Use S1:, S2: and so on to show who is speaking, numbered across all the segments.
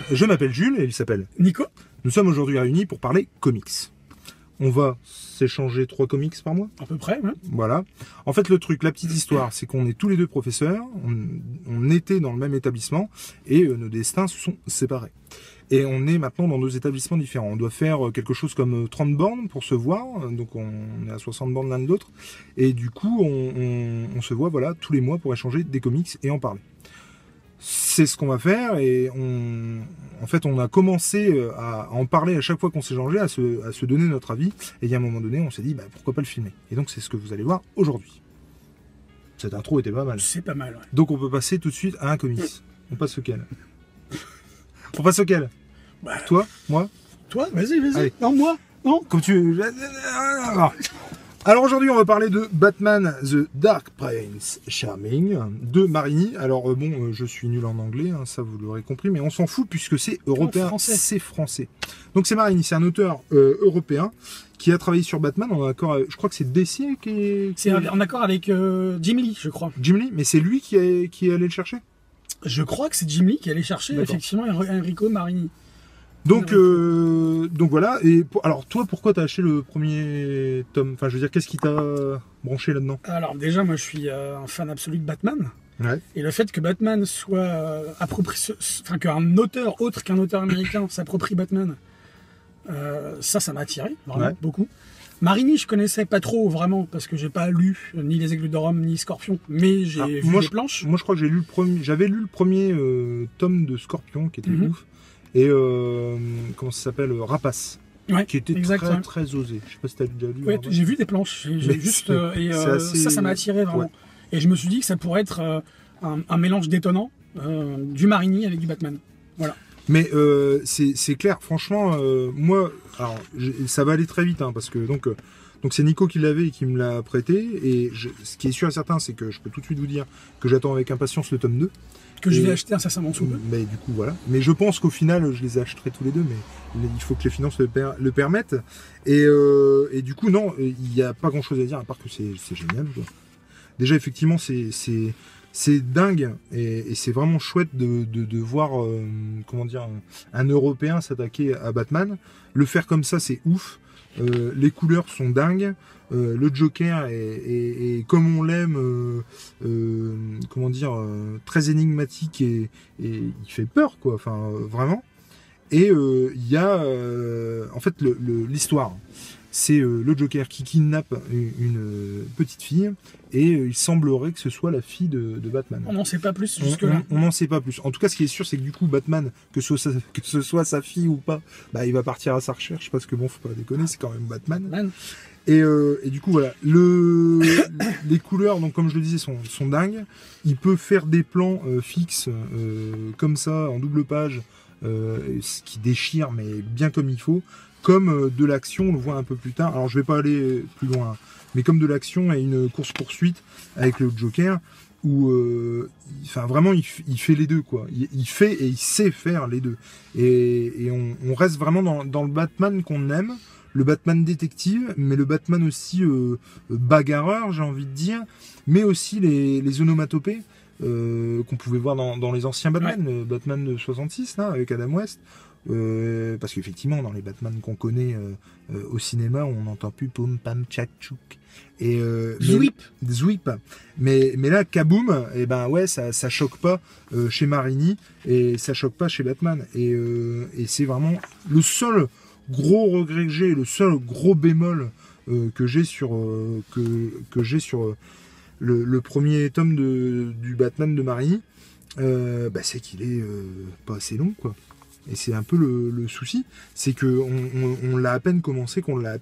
S1: Je m'appelle Jules et il s'appelle
S2: Nico.
S1: Nous sommes aujourd'hui réunis pour parler comics. On va s'échanger 3 comics par mois.
S2: À peu près, ouais.
S1: Voilà. En fait, le truc, la petite histoire, c'est qu'on est tous les deux professeurs, on était dans le même établissement et nos destins se sont séparés. Et on est maintenant dans 2 établissements différents. On doit faire quelque chose comme 30 bornes pour se voir, donc on est à 60 bornes l'un de l'autre. Et du coup, on se voit voilà, tous les mois pour échanger des comics et en parler. C'est ce qu'on va faire et en fait, on a commencé à en parler à chaque fois qu'on s'échangeait, à se donner notre avis. Et il y a un moment donné, on s'est dit, bah, pourquoi pas le filmer. Et donc, c'est ce que vous allez voir aujourd'hui. Cette intro était pas mal.
S2: C'est pas mal, ouais.
S1: Donc, on peut passer tout de suite à un comics. On passe auquel? On passe auquel?
S2: Bah,
S1: Toi? Moi?
S2: Toi, vas-y.
S1: Allez.
S2: Non, moi? Non?
S1: Comme tu... Alors aujourd'hui, on va parler de Batman The Dark Prince Charming de Marini. Alors bon, je suis nul en anglais, hein, ça vous l'aurez compris, mais on s'en fout puisque c'est européen, c'est français. Donc c'est Marini, c'est un auteur européen qui a travaillé sur Batman en accord, je crois que c'est DC qui est...
S2: C'est en accord avec Jim Lee, je crois.
S1: Jim Lee, mais c'est lui qui est allé le chercher?
S2: Je crois que c'est Jim Lee qui est allé chercher effectivement Enrico Marini.
S1: Donc voilà. Et alors toi, pourquoi t'as acheté le premier tome? Enfin, je veux dire, qu'est-ce qui t'a branché là-dedans?
S2: Alors déjà, moi, je suis un fan absolu de Batman.
S1: Ouais.
S2: Et le fait que Batman soit enfin qu'un auteur autre qu'un auteur américain s'approprie Batman, ça m'a attiré vraiment beaucoup. Marini, je connaissais pas trop vraiment parce que j'ai pas lu ni Les Aigles de Rome ni Scorpion, mais j'ai vu les planches.
S1: Moi, je crois que j'avais lu le premier tome de Scorpion qui était ouf. Et comment ça s'appelle, Rapace, qui était très osé. Je sais pas si tu as déjà lu.
S2: Ouais, j'ai vu des planches, ça m'a attiré vraiment. Ouais. Et je me suis dit que ça pourrait être un mélange détonnant du Marini avec du Batman. Voilà.
S1: Mais c'est clair, franchement, moi, alors ça va aller très vite, hein, parce que donc c'est Nico qui l'avait et qui me l'a prêté. Et ce qui est sûr et certain, c'est que je peux tout de suite vous dire que j'attends avec impatience le tome 2.
S2: Que je vais acheter incessamment sous peu.
S1: Mais du coup, voilà. Mais je pense qu'au final, je les achèterai tous les deux, mais il faut que les finances le permettent. Et du coup, non, il n'y a pas grand-chose à dire, à part que c'est génial, quoi. Déjà, effectivement, c'est dingue, et c'est vraiment chouette de voir, comment dire, un Européen s'attaquer à Batman. Le faire comme ça, c'est ouf. Les couleurs sont dingues. Le Joker est comme on l'aime, comment dire, très énigmatique et il fait peur, quoi. Enfin, vraiment. Et il y a, en fait, l'histoire. C'est le Joker qui kidnappe une petite fille et il semblerait que ce soit la fille de Batman.
S2: On n'en sait pas plus jusque-là.
S1: On n'en sait pas plus. En tout cas, ce qui est sûr, c'est que du coup, Batman, que ce soit sa fille ou pas, bah, il va partir à sa recherche parce que bon, faut pas déconner, c'est quand même Batman. Et du coup, voilà, les couleurs, donc comme je le disais, sont dingues. Il peut faire des plans fixes comme ça, en double page, ce qui déchire, mais bien comme il faut. Comme de l'action, on le voit un peu plus tard. Alors, je vais pas aller plus loin, mais comme de l'action et une course-poursuite avec le Joker, où, enfin, vraiment, il fait les deux, quoi. Il fait et il sait faire les deux. Et on reste vraiment dans le Batman qu'on aime. Le Batman détective, mais le Batman aussi bagarreur, j'ai envie de dire, mais aussi les onomatopées qu'on pouvait voir dans les anciens Batman, le Batman de 66, là, avec Adam West. Parce qu'effectivement, dans les Batman qu'on connaît au cinéma, on n'entend plus poum pam tchak tchouk. Et Zwip. Mais là, kaboom, et ben ouais, ça choque pas chez Marini et ça choque pas chez Batman. Et c'est vraiment le seul gros regret que j'ai, le seul gros bémol que j'ai sur le premier tome du Batman de Marini, c'est qu'il est pas assez long, quoi. Et c'est un peu le souci, c'est que on l'a à peine commencé, qu'on l'a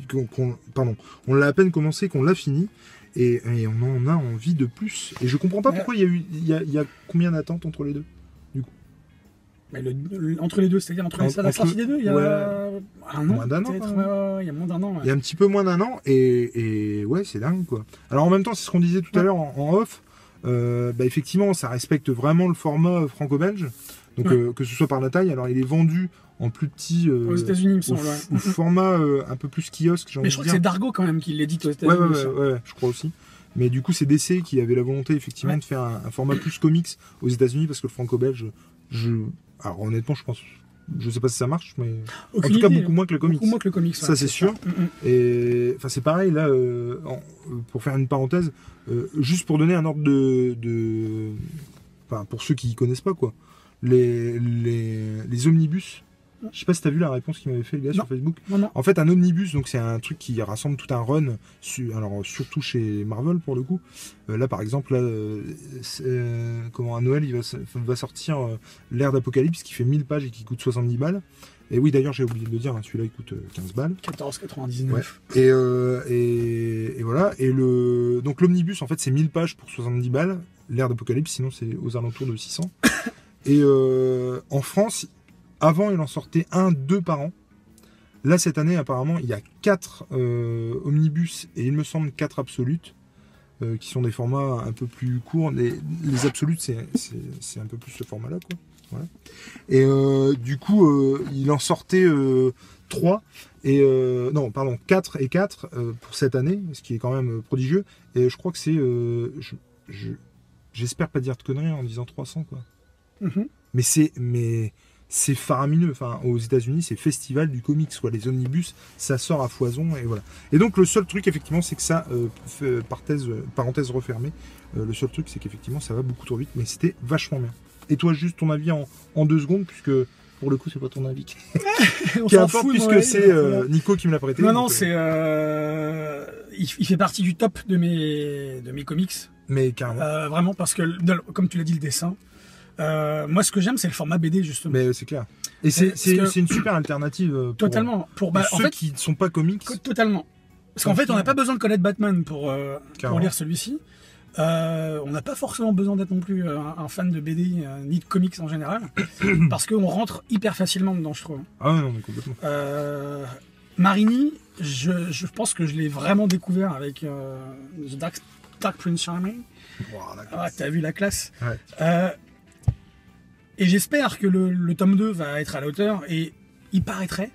S1: fini, et on en a envie de plus. Et je comprends pas pourquoi il y a combien d'attentes entre les deux, du coup.
S2: Mais entre les deux, c'est-à-dire entre la sortie des deux, il y a un an,
S1: moins d'un an.
S2: Il y a moins d'un an.
S1: Il y a un petit peu moins d'un an, et ouais, c'est dingue, quoi. Alors en même temps, c'est ce qu'on disait tout à l'heure en off. Effectivement, ça respecte vraiment le format franco-belge. Donc que ce soit par la taille, alors il est vendu en plus petit
S2: aux États-Unis, il me semble.
S1: Au format un peu plus kiosque.
S2: Mais je crois que c'est Dargo quand même qui l'édite aux États-Unis.
S1: Ouais, je crois aussi. Mais du coup, c'est DC qui avait la volonté effectivement de faire un format plus comics aux États-Unis parce que le franco-belge, Alors honnêtement, je sais pas si ça marche, mais
S2: Aucune
S1: en tout cas
S2: idée,
S1: beaucoup moins que le comics.
S2: Beaucoup moins que le comics.
S1: Ça c'est sûr. Et enfin c'est pareil là. Pour faire une parenthèse, juste pour donner un ordre enfin pour ceux qui connaissent pas quoi, les omnibus. Je sais pas si t'as vu la réponse qu'il m'avait fait le gars sur Facebook.
S2: Non.
S1: En fait, un omnibus, donc c'est un truc qui rassemble tout un run, alors surtout chez Marvel pour le coup. Là, par exemple, là, à Noël, il va sortir l'ère d'Apocalypse qui fait 1000 pages et qui coûte 70 balles. Et oui, d'ailleurs, j'ai oublié de le dire, hein, celui-là il coûte 15 balles.
S2: 14,99.
S1: Ouais. Et voilà. Et donc l'omnibus, en fait, c'est 1000 pages pour 70 balles. L'ère d'Apocalypse, sinon c'est aux alentours de 600. Et en France, avant, il en sortait 1-2 par an. Là, cette année, apparemment, il y a 4 omnibus et il me semble 4 absolutes qui sont des formats un peu plus courts. Les absolutes, c'est un peu plus ce format-là, quoi. Voilà. Et du coup, il en sortait 3 et 4 et 4 pour cette année, ce qui est quand même prodigieux. Et je crois que c'est, j'espère pas dire de conneries en disant 300, quoi. Mais c'est faramineux. Enfin, aux États-Unis, c'est festival du comics, quoi. Les omnibus, ça sort à foison et voilà. Et donc le seul truc, effectivement, c'est que ça, parenthèse refermée, le seul truc, c'est qu'effectivement, ça va beaucoup trop vite, mais c'était vachement bien. Et toi, juste ton avis en 2 secondes, puisque pour le coup, c'est pas ton avis qui importe, puisque c'est Nico qui me l'a prêté.
S2: Non, c'est il fait partie du top de mes comics.
S1: Mais carrément.
S2: Vraiment, parce que comme tu l'as dit, le dessin. Moi, ce que j'aime, c'est le format BD, justement.
S1: Mais c'est clair. Et c'est une super alternative.
S2: Totalement. Pour
S1: ceux qui ne sont pas comics.
S2: Totalement. Parce qu'en fait, on n'a pas besoin de connaître Batman pour lire celui-ci. On n'a pas forcément besoin d'être non plus un fan de BD ni de comics en général, parce qu'on rentre hyper facilement dedans, je trouve.
S1: Ah non, mais complètement.
S2: Marini, je pense que je l'ai vraiment découvert avec The Dark Prince Charming. Wow, t'as vu la classe.
S1: Ouais.
S2: Et j'espère que le tome 2 va être à la hauteur, et il paraîtrait.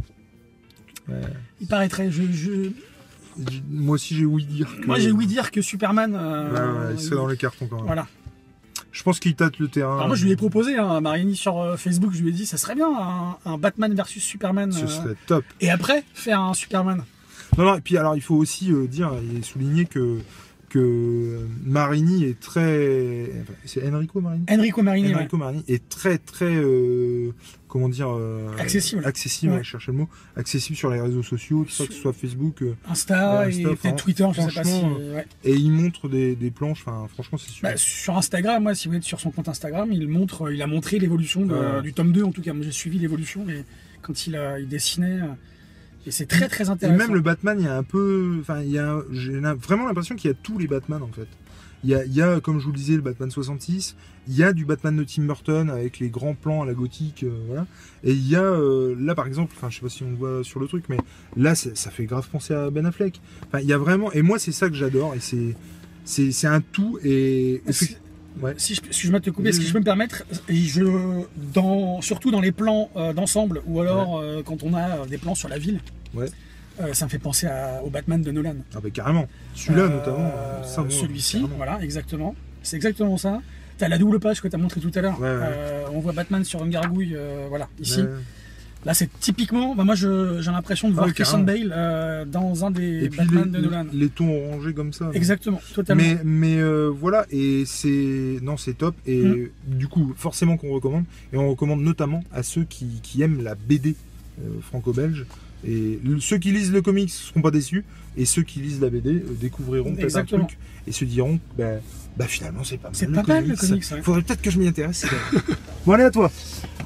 S2: Il paraîtrait.
S1: Moi aussi j'ai ouï dire que...
S2: Moi j'ai ouï dire que Superman...
S1: il serait dans les cartons quand même.
S2: Voilà.
S1: Je pense qu'il tâte le terrain.
S2: Alors moi je lui ai proposé, à Marini sur Facebook, je lui ai dit ça serait bien un Batman versus Superman.
S1: Ce serait top.
S2: Et après faire un Superman.
S1: Non, et puis alors il faut aussi dire et souligner que Marini est très... C'est Enrico Marini.
S2: Enrico Marini
S1: est très comment dire...
S2: accessible.
S1: Ouais. Je cherchais le mot. Accessible sur les réseaux sociaux, que ce soit Facebook,
S2: Insta et peut-être Twitter, je sais pas si...
S1: Et il montre des planches, enfin franchement c'est super.
S2: Sur Instagram, moi si vous êtes sur son compte Instagram, il a montré l'évolution du tome 2 en tout cas. Moi j'ai suivi l'évolution, mais quand il dessinait... Et c'est très intéressant.
S1: Et même le Batman, il y a un peu... Enfin, j'ai vraiment l'impression qu'il y a tous les Batman, en fait. Il y a, comme je vous le disais, le Batman 66. Il y a du Batman de Tim Burton avec les grands plans à la gothique. Voilà. Et il y a, là, par exemple, enfin, je sais pas si on le voit sur le truc, mais là, ça fait grave penser à Ben Affleck. Enfin, il y a vraiment... Et moi, c'est ça que j'adore. Et c'est un tout. Et...
S2: Ouais. Si je peux te couper, est-ce que je peux me permettre, surtout dans les plans d'ensemble, ou alors quand on a des plans sur la ville, ça me fait penser au Batman de Nolan.
S1: Ah bah carrément, celui-là notamment.
S2: Celui-ci, voilà, exactement. C'est exactement ça. T'as la double page que tu as montré tout à l'heure. On voit Batman sur une gargouille, voilà, ici. Là, c'est typiquement, moi j'ai l'impression de voir Christian Bale dans un des Batman de Nolan.
S1: Les tons orangés comme ça.
S2: Exactement, totalement.
S1: Mais voilà, et c'est top. Et du coup, forcément qu'on recommande. Et on recommande notamment à ceux qui aiment la BD franco-belge. Et ceux qui lisent le comics ne seront pas déçus. Et ceux qui lisent la BD découvriront peut-être un truc et se diront, finalement, c'est pas mal.
S2: C'est pas mal le comics.
S1: Faudrait peut-être que je m'y intéresse. Bon, allez, à toi.